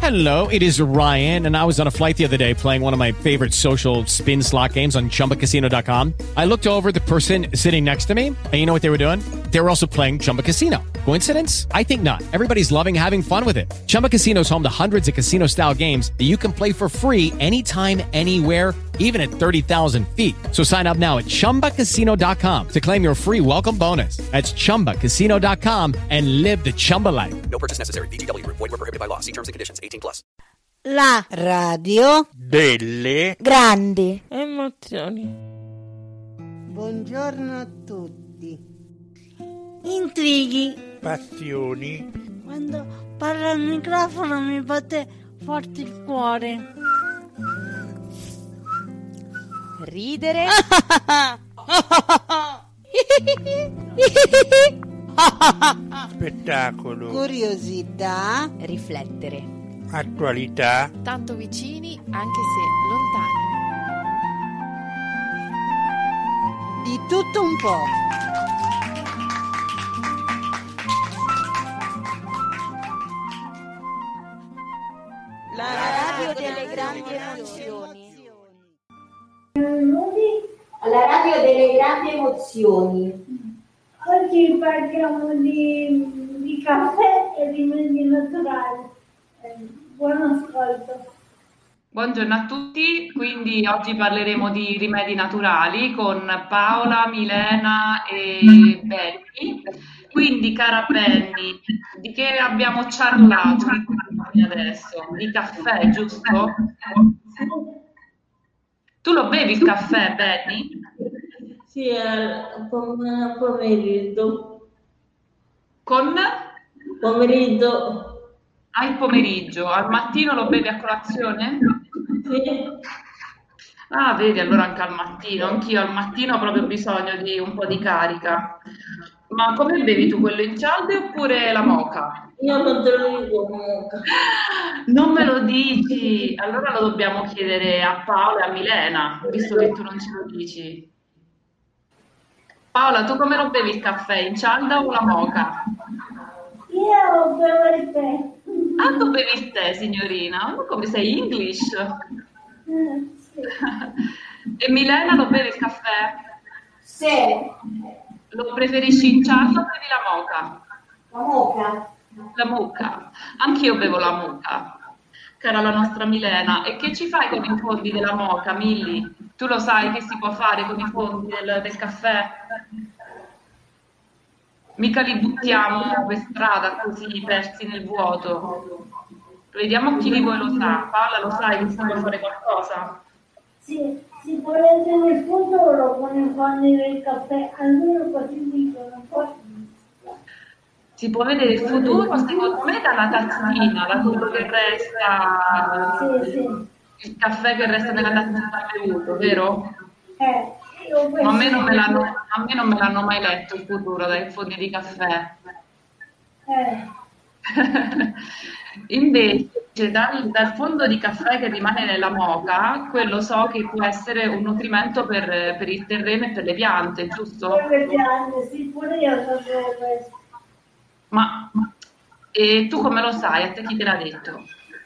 Hello, it is Ryan, and I was on a flight the other day playing one of my favorite social spin slot games on ChumbaCasino.com. I looked over at the person sitting next to me, and you know what they were doing? They were also playing Chumba Casino. Coincidence? I think not. Everybody's loving having fun with it. Chumba Casino is home to hundreds of casino-style games that you can play for free anytime, anywhere, even at 30,000 feet. So sign up now at ChumbaCasino.com to claim your free welcome bonus. That's ChumbaCasino.com and live the Chumba life. No purchase necessary. VGW. Void were prohibited by law. See terms and conditions. 18+. La radio delle grandi emozioni. Buongiorno a tutti. intrighi. passioni. Quando parlo al microfono mi batte forte il cuore. Ridere. Spettacolo. Curiosità. Riflettere. Attualità. Tanto vicini anche se lontani. Di tutto un po'. La radio delle grandi emozioni. Alla radio delle grandi emozioni. Oggi parliamo di caffè e rimedi naturali. Buon ascolto. Buongiorno a tutti, quindi oggi parleremo di rimedi naturali con Paola, Milena e Benny. Quindi, cara Benny, di che abbiamo parlato adesso? Di caffè, giusto? Tu lo bevi il caffè, Benny? Sì, pomeriggio. Con? Pomeriggio. Al pomeriggio, al mattino lo bevi a colazione? Sì. Ah, vedi, allora anche al mattino, anch'io al mattino ho proprio bisogno di un po' di carica. Ma come bevi tu, quello in cialde oppure la moka? Io non te lo dico comunque. Non me lo dici? Allora lo dobbiamo chiedere a Paola e a Milena, visto che tu non ce lo dici. Paola, tu come lo bevi il caffè, in cialda o la moka? Io bevo il tè. Ah, tu bevi il tè, signorina? Ma come sei English? Sì. E Milena lo beve il caffè? Sì. Lo preferisci in cialda o bevi la moka? La moka. La moka. Anch'io bevo la moka, cara la nostra Milena. E che ci fai con i fondi della moka, Milly? Tu lo sai che si può fare con i fondi del caffè? Mica li buttiamo per strada così persi nel vuoto. Vediamo chi di voi lo sa. Paola, lo sai che si può fare qualcosa? Sì, si può leggere il futuro con i fondi del caffè, almeno così dicono. Poi... Si può vedere il futuro, secondo me, dalla tazzina, da quello che resta, Sì. il caffè che resta nella tazzina bevuto, vero? Io Ma a me non me l'hanno mai letto il futuro dai fondi di caffè. Invece dal fondo di caffè che rimane nella moka, quello so che può essere un nutrimento per il terreno e per le piante, giusto? Per le piante, sì, pure io sapevo questo. Ma e tu come lo sai? A te chi te l'ha detto?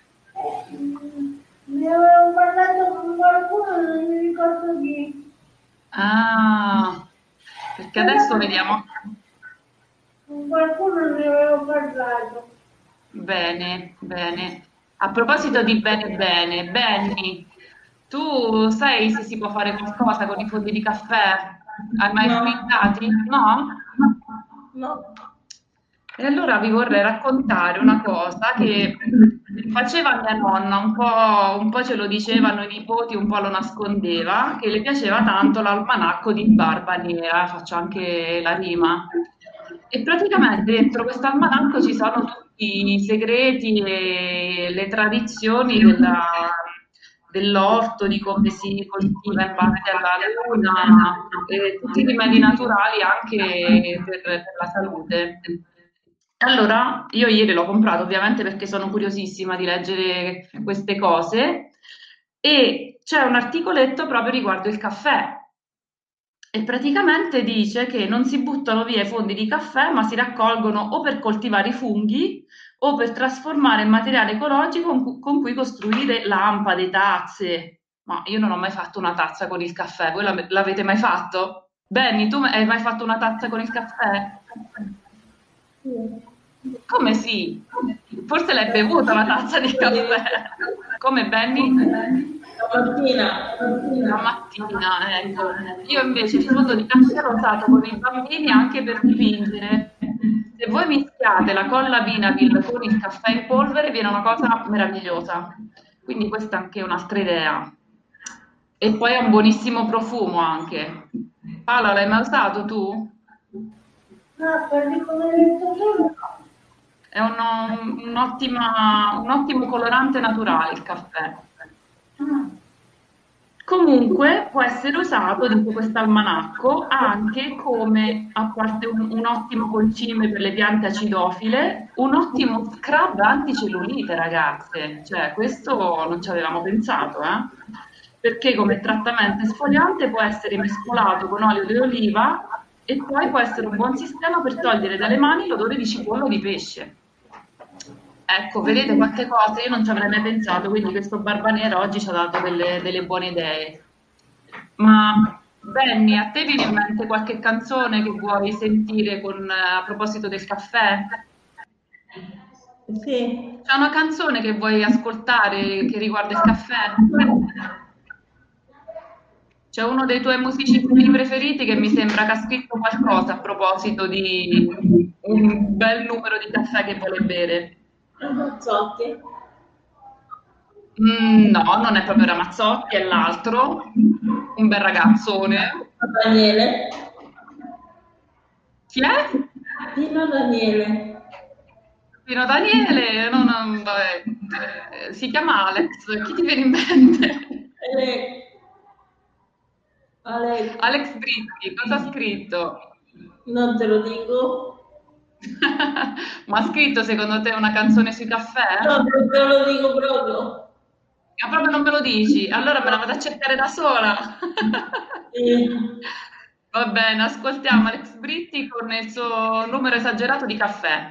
Ne avevo parlato con qualcuno, non mi ricordo chi. Ah, perché adesso vediamo. Con qualcuno ne avevo parlato. Bene, bene. A proposito di bene, Benny, tu sai se si può fare qualcosa con i fondi di caffè? Hai mai utilizzati? No? No. E allora vi vorrei raccontare una cosa che faceva mia nonna, un po' ce lo dicevano i nipoti, un po' lo nascondeva, che le piaceva tanto l'almanacco di Barba Nera, faccio anche la rima. E praticamente dentro questo almanacco ci sono tutti i segreti e le tradizioni dell'orto, di come si coltiva in base alla luna, e tutti i rimedi naturali anche per la salute. Allora, io ieri l'ho comprato ovviamente perché sono curiosissima di leggere queste cose e c'è un articoletto proprio riguardo il caffè e praticamente dice che non si buttano via i fondi di caffè ma si raccolgono o per coltivare i funghi o per trasformare in materiale ecologico con cui costruire lampade, tazze. Ma io non ho mai fatto una tazza con il caffè, voi l'avete mai fatto? Benny, tu hai mai fatto una tazza con il caffè? Come sì? Forse l'hai bevuta la tazza di caffè. Come Benny? La mattina, ecco. Io invece il fondo di caffè l'ho usato con i bambini anche per dipingere. Se voi mischiate la colla Vinavil con il caffè in polvere viene una cosa meravigliosa. Quindi questa è anche un'altra idea. E poi ha un buonissimo profumo anche. Paola, l'hai mai usato tu? No, per come hai detto tu. È un ottimo colorante naturale il caffè. Comunque può essere usato, dice questo almanacco, anche come, a parte un ottimo concime per le piante acidofile, un ottimo scrub anticellulite, ragazze. Cioè, questo non ci avevamo pensato, perché come trattamento esfoliante può essere mescolato con olio di oliva e poi può essere un buon sistema per togliere dalle mani l'odore di cipolla o di pesce. Ecco, vedete quante cose io non ci avrei mai pensato, quindi questo Barbaniera oggi ci ha dato delle buone idee. Ma Benny, a te viene in mente qualche canzone che vuoi sentire a proposito del caffè? Sì. C'è una canzone che vuoi ascoltare che riguarda il caffè? C'è uno dei tuoi musicisti preferiti che mi sembra che ha scritto qualcosa a proposito di un bel numero di caffè che vuole bere. Ramazzotti? No, non è proprio Ramazzotti, è l'altro, un bel ragazzone. Daniele? Chi è? Pino Daniele. Pino Daniele? Vabbè, si chiama Alex, chi ti viene in mente? Alex Britti, cosa ha scritto? Non te lo dico. Ma ha scritto secondo te una canzone sui caffè? No, non te lo dico proprio. Ma proprio non me lo dici? Allora me la vado a cercare da sola. Va bene, ascoltiamo Alex Britti con il suo numero esagerato di caffè.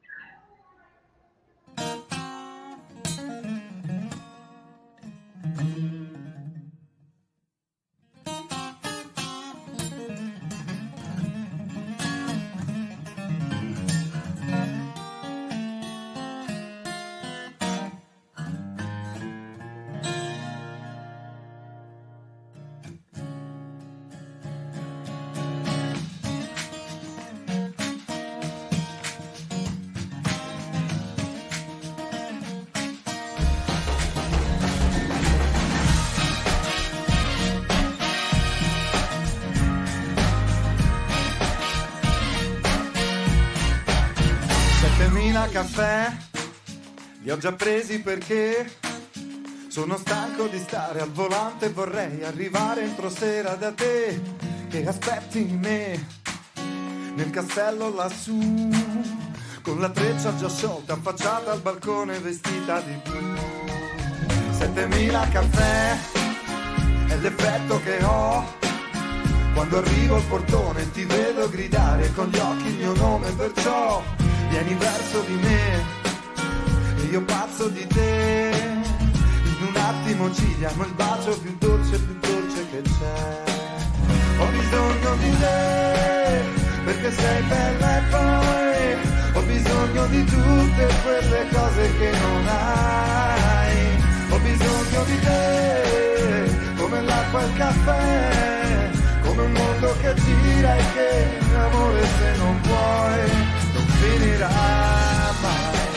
Caffè li ho già presi perché sono stanco di stare al volante e vorrei arrivare entro sera da te che aspetti me nel castello lassù con la treccia già sciolta affacciata al balcone vestita di blu. 7000 caffè è l'effetto che ho quando arrivo al portone ti vedo gridare con gli occhi il mio nome, perciò vieni verso di me e io pazzo di te. In un attimo ci diamo il bacio più dolce che c'è. Ho bisogno di te perché sei bella e poi ho bisogno di tutte quelle cose che non hai. Ho bisogno di te come l'acqua e il caffè, come un mondo che gira e che amore se non vuoi finirà mai,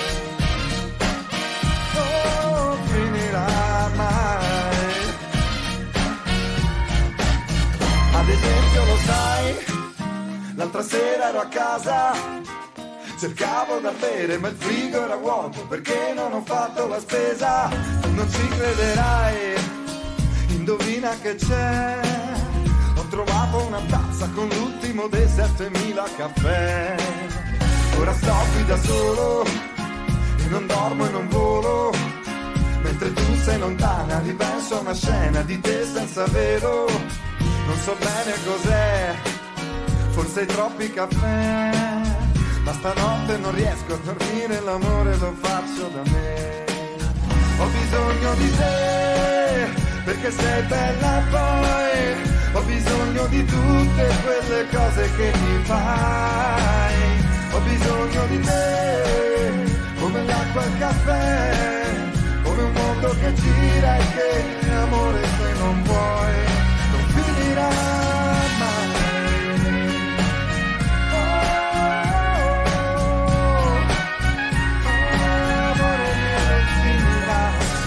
non finirà mai. Ad esempio lo sai, l'altra sera ero a casa, cercavo da bere ma il frigo era vuoto perché non ho fatto la spesa. Tu non ci crederai, indovina che c'è, ho trovato una tazza con l'ultimo dei 7000 caffè. Ora sto qui da solo e non dormo e non volo, mentre tu sei lontana ripenso a una scena di te senza velo. Non so bene cos'è, forse i troppi caffè, ma stanotte non riesco a dormire, l'amore lo faccio da me. Ho bisogno di te, perché sei bella poi, ho bisogno di tutte quelle cose che mi fai, ho bisogno di te, come l'acqua al caffè, come un mondo che gira e che amore se non vuoi non finirà mai. Amore mio non finirà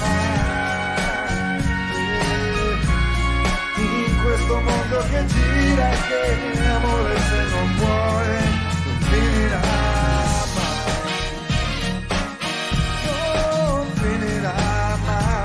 mai. In questo mondo che gira e che amore se non vuoi non finirà mai. Non finirà mai.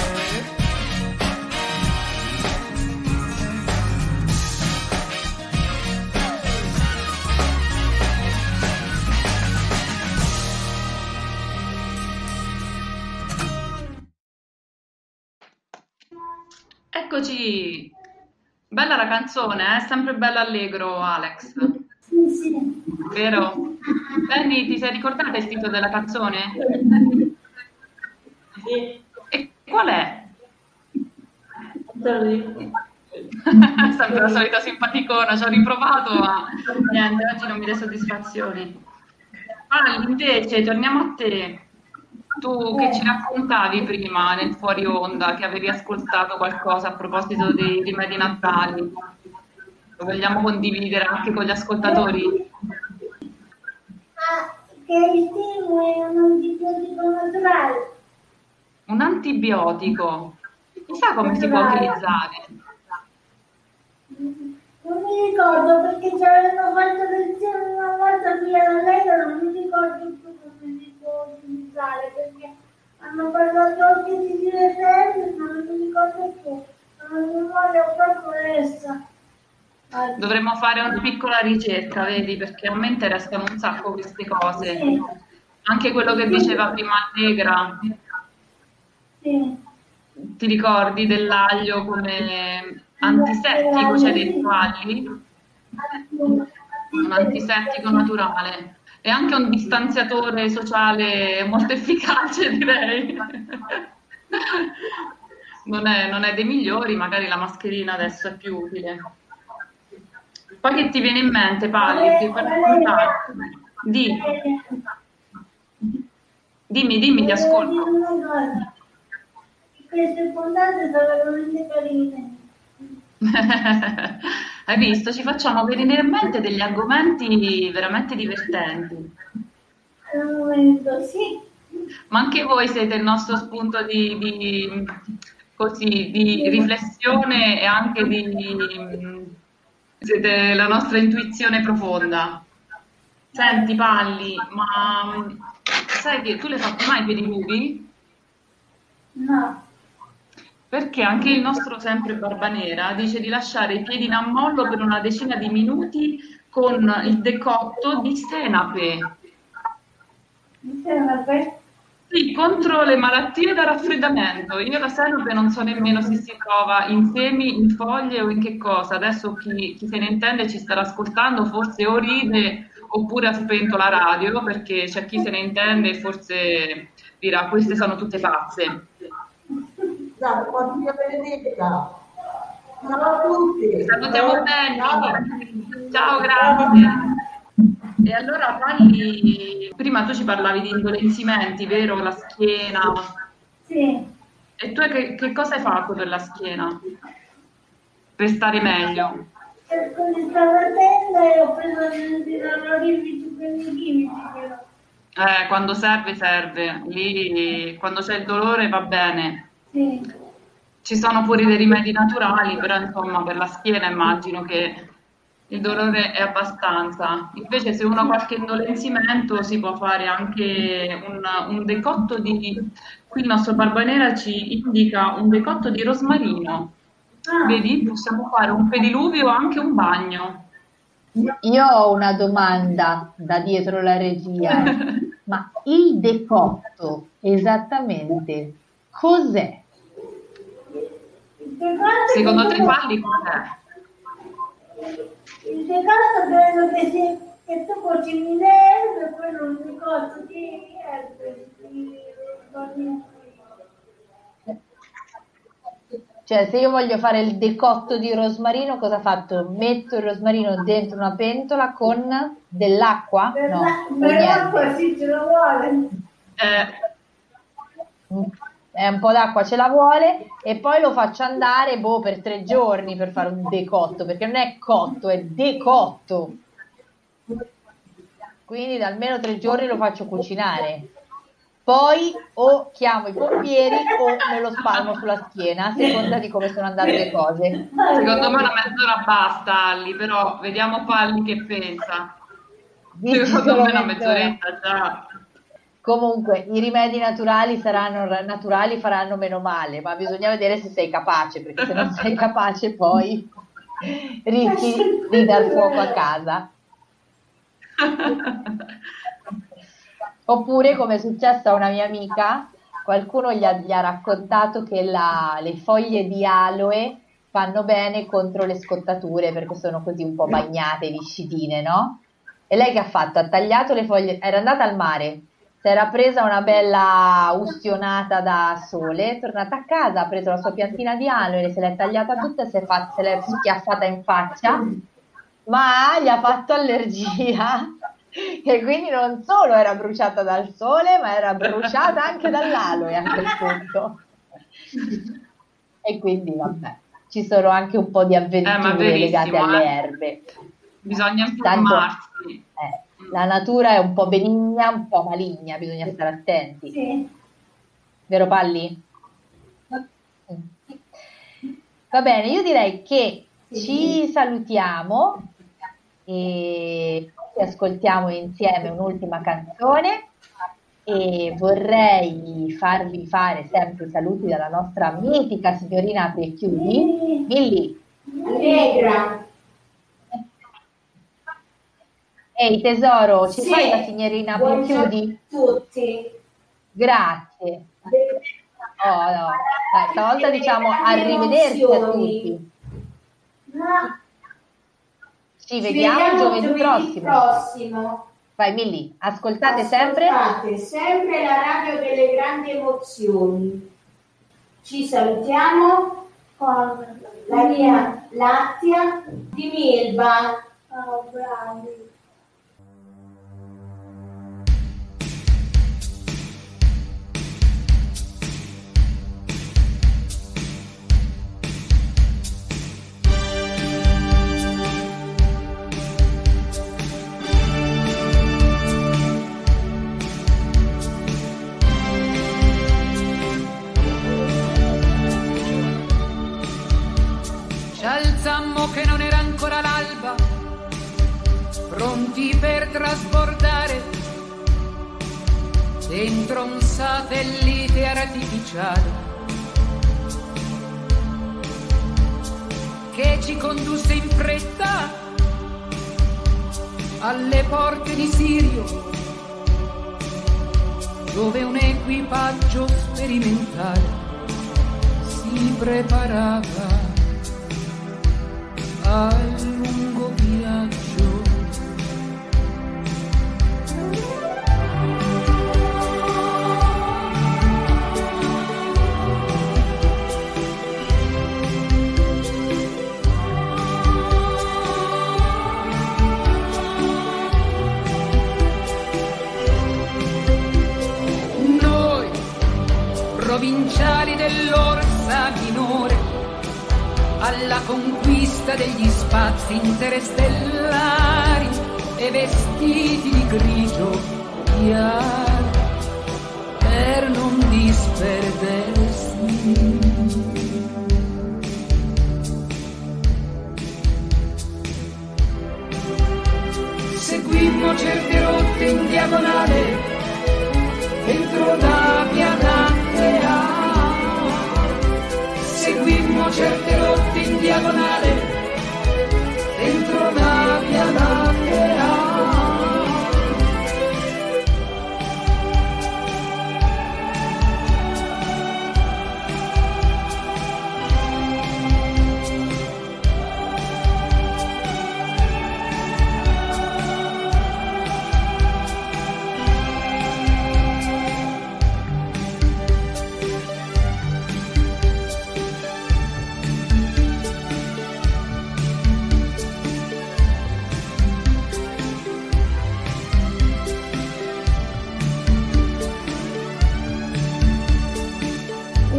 Eccoci, bella la canzone, è sempre bello allegro, Alex, Sì, sì. vero? Penny, ti sei ricordata il titolo della canzone? Sì. E qual è? Non te lo dico. Sempre la solita simpaticona, ci ho riprovato, ma niente, oggi non mi dà soddisfazioni. Invece, torniamo a te. Tu che ci raccontavi prima nel fuori onda, che avevi ascoltato qualcosa a proposito dei rimedi naturali, lo vogliamo condividere anche con gli ascoltatori? Che il timo è un antibiotico naturale. Un antibiotico, chissà come si può utilizzare. Non mi ricordo perché ci avevano fatto lezione una volta qui alla Lega, non mi ricordo più come si può utilizzare perché hanno parlato anche di direttamente, ma non mi ricordo più. Non mi memoria proprio essa. Dovremmo fare una piccola ricerca, vedi, perché a me interessano un sacco queste cose. Sì. Anche quello che diceva prima Allegra, Sì. ti ricordi dell'aglio come antisettico, c'è dentro agli? Un antisettico naturale e anche un distanziatore sociale molto efficace, direi. Non è dei migliori, magari la mascherina adesso è più utile. Poi che ti viene in mente, Pali, per raccontare? Dimmi, ti ascolto. Queste puntate sono veramente carine. Hai visto? Ci facciamo venire in mente degli argomenti veramente divertenti. Al momento sì. Ma anche voi siete il nostro spunto di riflessione e anche siete la nostra intuizione profonda. Senti, Palli, ma sai che tu le fai mai i pediluvii? No. Perché anche il nostro sempre Barbanera dice di lasciare i piedi in ammollo per una decina di minuti con il decotto di senape. Di senape? Sì, contro le malattie da raffreddamento. Io la senape non so nemmeno se si trova in semi, in foglie o in che cosa. Adesso chi se ne intende ci starà ascoltando, forse o ride oppure ha spento la radio, perché c'è chi se ne intende e forse dirà queste sono tutte pazze. Buon Benedetta. Ciao a tutti. Salutiamo bene. Ciao, grazie. E allora, Palli, prima tu ci parlavi di indolenzimenti, vero? La schiena. Sì. E tu che cosa hai fatto per la schiena? Per stare meglio? Cerco di stare attenta e ho preso degli analgesici chimici. Quando serve. Lì, quando c'è il dolore va bene. Sì. Ci sono pure dei rimedi naturali, però insomma per la schiena immagino che il dolore è abbastanza. Invece se uno ha qualche indolenzimento si può fare anche un decotto di... Qui il nostro Barbanera ci indica un decotto di rosmarino. Vedi, possiamo fare un pediluvio o anche un bagno. Io ho una domanda da dietro la regia, ma il decotto esattamente cos'è? Secondo te, Palli, cos'è? Il decotto credo che sia e tu cucini le erbe, poi non mi costo di erbe, Cioè, se io voglio fare il decotto di rosmarino, cosa faccio? Metto il rosmarino dentro una pentola con dell'acqua? No, con per niente. l'acqua sì, ce lo vuole. Un po' d'acqua ce la vuole e poi lo faccio andare per 3 giorni per fare un decotto, perché non è cotto, è decotto. Quindi da almeno 3 giorni lo faccio cucinare. Poi o chiamo i pompieri o me lo spalmo sulla schiena, a seconda di come sono andate le cose. Secondo me una mezz'ora basta, Ali, però vediamo Palli che pensa. Secondo me una mezz'oretta già. Comunque, i rimedi naturali faranno meno male, ma bisogna vedere se sei capace, perché se non sei capace poi rischi di dar fuoco a casa. Oppure, come è successo a una mia amica, qualcuno gli ha raccontato che le foglie di aloe fanno bene contro le scottature, perché sono così un po' bagnate, viscidine, no? E lei che ha fatto? Ha tagliato le foglie, era andata al mare, si era presa una bella ustionata da sole, è tornata a casa, ha preso la sua piantina di aloe, se l'è tagliata tutta, se l'è schiaffata in faccia, ma gli ha fatto allergia. E quindi non solo era bruciata dal sole, ma era bruciata anche dall'aloe a quel punto. E quindi vabbè, ci sono anche un po' di avventure legate alle erbe. Bisogna informarsi. La natura è un po' benigna, un po' maligna, bisogna stare attenti. Sì. Vero Palli? Va bene, io direi che ci salutiamo e ascoltiamo insieme un'ultima canzone e vorrei farvi fare sempre i saluti dalla nostra mitica signorina Apri e Chiudi. Milli. Allegra. Ehi tesoro, ci fai la signorina Apri e Chiudi? Tutti. Grazie. Oh, no. Dai, stavolta diciamo arrivederci a tutti. Ci vediamo giovedì prossimo. Vai Milli, ascoltate sempre la radio delle grandi emozioni. Ci salutiamo con la mia Lattia di Milba. Oh, bravi. Che non era ancora l'alba, pronti per trasbordare dentro un satellite artificiale che ci condusse in fretta alle porte di Sirio, dove un equipaggio sperimentale si preparava al lungo viaggio. Noi, provinciali dell'Orsa Minore, alla conquista degli spazi interstellari e vestiti di grigio chiaro per non disperdersi. Seguimmo certe rotte in diagonale dentro la Via Lattea. Seguimmo certe rotte in diagonale dentro la Via Lattea.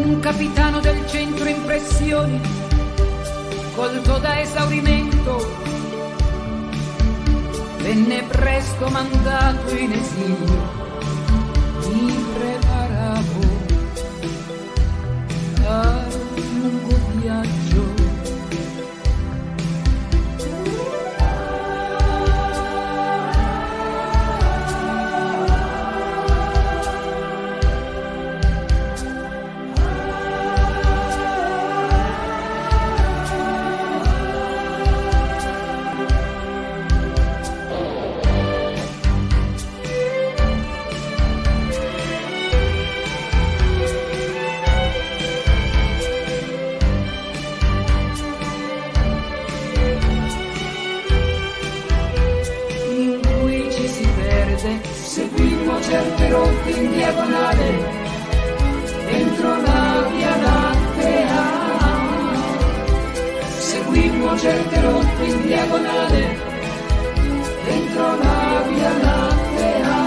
un capitano del centro impressioni, colto da esaurimento, venne presto mandato in esilio. Mi preparavo al lungo viaggio. Seguimmo certe rotte in diagonale dentro la Via Lattea. Seguimmo certe rotte in diagonale dentro la Via Lattea.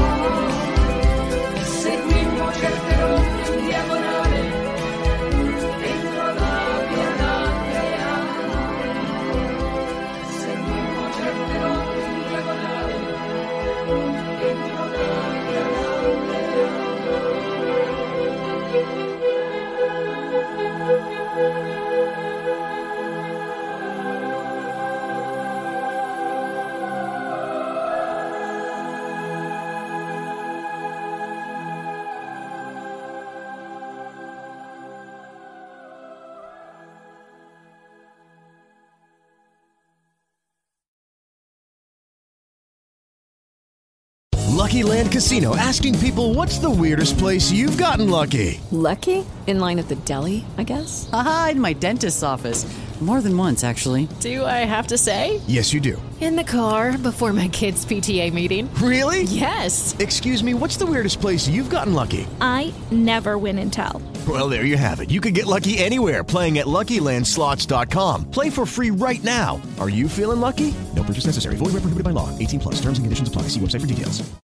Seguimmo certe rotte in diagonale dentro la Via Lattea. Seguimmo certe rotte in diagonale. Lucky Land Casino, asking people, what's the weirdest place you've gotten lucky? Lucky? In line at the deli, I guess? Aha, in my dentist's office. More than once, actually. Do I have to say? Yes, you do. In the car before my kids' PTA meeting. Really? Yes. Excuse me, what's the weirdest place you've gotten lucky? I never win and tell. Well, there you have it. You can get lucky anywhere, playing at LuckyLandSlots.com. Play for free right now. Are you feeling lucky? No purchase necessary. Void where prohibited by law. 18+. Terms and conditions apply. See website for details.